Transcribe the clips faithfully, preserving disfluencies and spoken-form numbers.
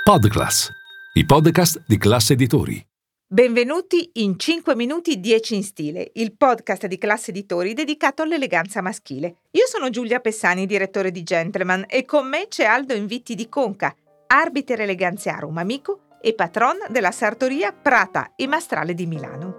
Podclass, i podcast di Classe Editori. Benvenuti in cinque minuti dieci in stile, il podcast di Classe Editori dedicato all'eleganza maschile. Io sono Giulia Pessani, direttore di Gentleman, e con me c'è Aldo Invitti di Conca, arbiter eleganziarum amico e patron della sartoria Prata e Mastrale di Milano.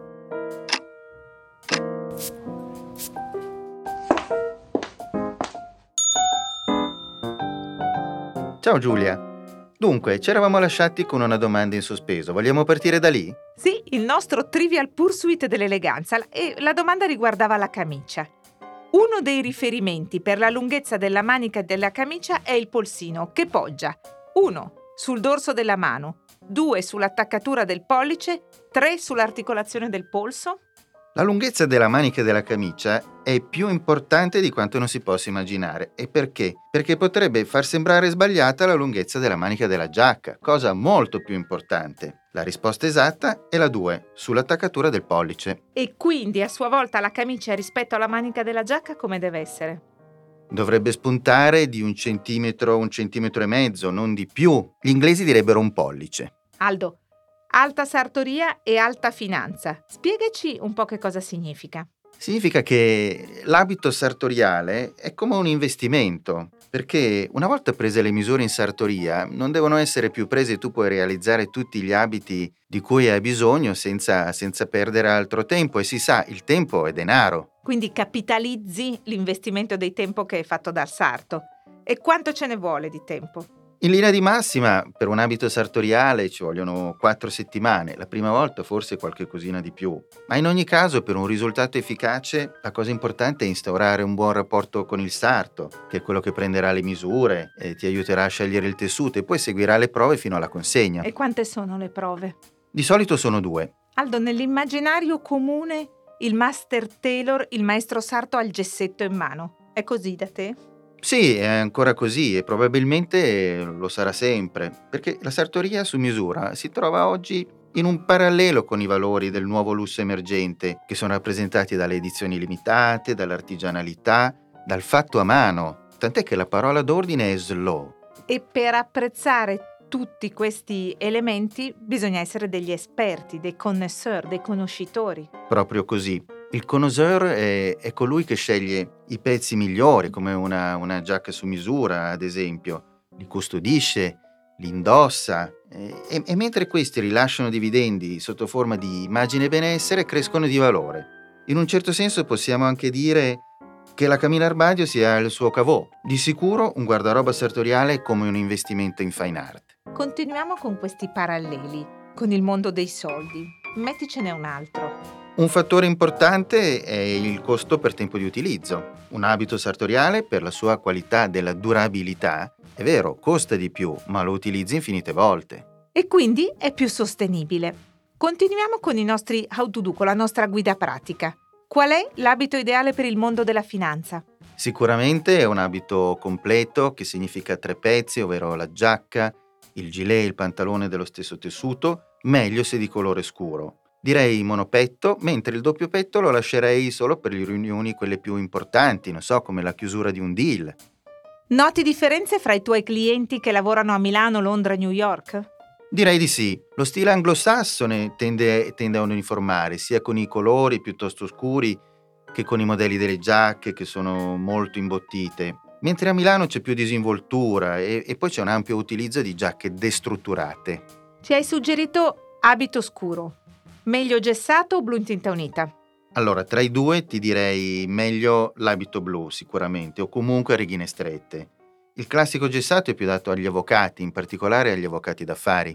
Ciao Giulia. Dunque, ci eravamo lasciati con una domanda in sospeso. Vogliamo partire da lì? Sì, il nostro Trivial Pursuit dell'eleganza, e la domanda riguardava la camicia. Uno dei riferimenti per la lunghezza della manica della camicia è il polsino, che poggia uno sul dorso della mano, due sull'attaccatura del pollice, tre sull'articolazione del polso. La lunghezza della manica della camicia è più importante di quanto non si possa immaginare. E perché? Perché potrebbe far sembrare sbagliata la lunghezza della manica della giacca, cosa molto più importante. La risposta esatta è la due, sull'attaccatura del pollice. E quindi a sua volta la camicia rispetto alla manica della giacca come deve essere? Dovrebbe spuntare di un centimetro, un centimetro e mezzo, non di più. Gli inglesi direbbero un pollice. Aldo, alta sartoria e alta finanza. Spiegaci un po' che cosa significa. Significa che l'abito sartoriale è come un investimento, perché una volta prese le misure in sartoria non devono essere più prese e tu puoi realizzare tutti gli abiti di cui hai bisogno senza, senza perdere altro tempo, e si sa, il tempo è denaro. Quindi capitalizzi l'investimento del tempo che hai fatto dal sarto. E quanto ce ne vuole di tempo? In linea di massima, per un abito sartoriale ci vogliono quattro settimane, la prima volta forse qualche cosina di più. Ma in ogni caso, per un risultato efficace, la cosa importante è instaurare un buon rapporto con il sarto, che è quello che prenderà le misure e ti aiuterà a scegliere il tessuto, e poi seguirà le prove fino alla consegna. E quante sono le prove? Di solito sono due. Aldo, nell'immaginario comune, il master tailor, il maestro sarto ha il gessetto in mano. È così da te? Sì, è ancora così e probabilmente lo sarà sempre, perché la sartoria su misura si trova oggi in un parallelo con i valori del nuovo lusso emergente, che sono rappresentati dalle edizioni limitate, dall'artigianalità, dal fatto a mano, tant'è che la parola d'ordine è slow. E per apprezzare tutti questi elementi bisogna essere degli esperti, dei connoisseur, dei conoscitori. Proprio così. Il connoisseur è, è colui che sceglie i pezzi migliori, come una, una giacca su misura, ad esempio, li custodisce, li indossa, e, e, e mentre questi rilasciano dividendi sotto forma di immagine e benessere, crescono di valore. In un certo senso possiamo anche dire che la camina armadio sia il suo caveau. Di sicuro un guardaroba sartoriale è come un investimento in fine art. Continuiamo con questi paralleli, con il mondo dei soldi. Metticene un altro. Un fattore importante è il costo per tempo di utilizzo. Un abito sartoriale, per la sua qualità della durabilità, è vero, costa di più, ma lo utilizzi infinite volte. E quindi è più sostenibile. Continuiamo con i nostri how to do, con la nostra guida pratica. Qual è l'abito ideale per il mondo della finanza? Sicuramente è un abito completo, che significa tre pezzi, ovvero la giacca, il gilet e il pantalone dello stesso tessuto, meglio se di colore scuro. Direi monopetto, mentre il doppio petto lo lascerei solo per le riunioni quelle più importanti, non so, come la chiusura di un deal. Noti differenze fra i tuoi clienti che lavorano a Milano, Londra e New York? Direi di sì. Lo stile anglosassone tende, tende a uniformare, sia con i colori piuttosto scuri che con i modelli delle giacche, che sono molto imbottite. Mentre a Milano c'è più disinvoltura e, e poi c'è un ampio utilizzo di giacche destrutturate. Ci hai suggerito abito scuro. Meglio gessato o blu in tinta unita? Allora, tra i due ti direi meglio l'abito blu sicuramente, o comunque a righine strette. Il classico gessato è più adatto agli avvocati, in particolare agli avvocati d'affari.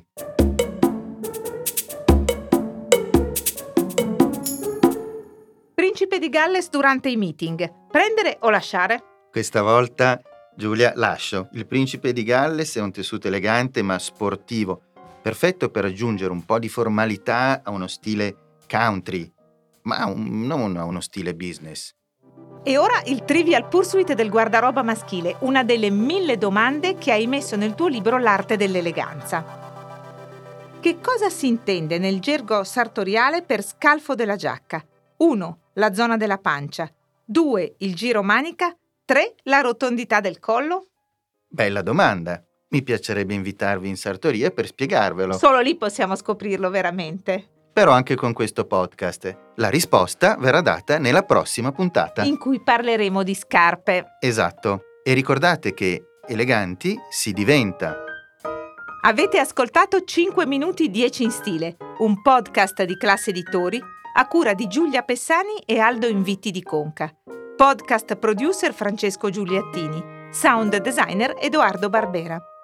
Principe di Galles durante i meeting. Prendere o lasciare? Questa volta, Giulia, lascio. Il principe di Galles è un tessuto elegante ma sportivo, perfetto per aggiungere un po' di formalità a uno stile country, ma un, non a uno stile business. E ora il Trivial Pursuit del guardaroba maschile, una delle mille domande che hai messo nel tuo libro L'arte dell'eleganza. Che cosa si intende nel gergo sartoriale per scalfo della giacca? uno. La zona della pancia. due. Il giro manica. tre. La rotondità del collo? Bella domanda. mi piacerebbe invitarvi in sartoria per spiegarvelo. Solo lì possiamo scoprirlo veramente. Però anche con questo podcast la risposta verrà data nella prossima puntata. In cui parleremo di scarpe. Esatto. E ricordate che eleganti si diventa. Avete ascoltato cinque minuti dieci in stile, un podcast di Classe Editori a cura di Giulia Pessani e Aldo Invitti di Conca. Podcast producer Francesco Giuliattini. Sound designer Edoardo Barbera.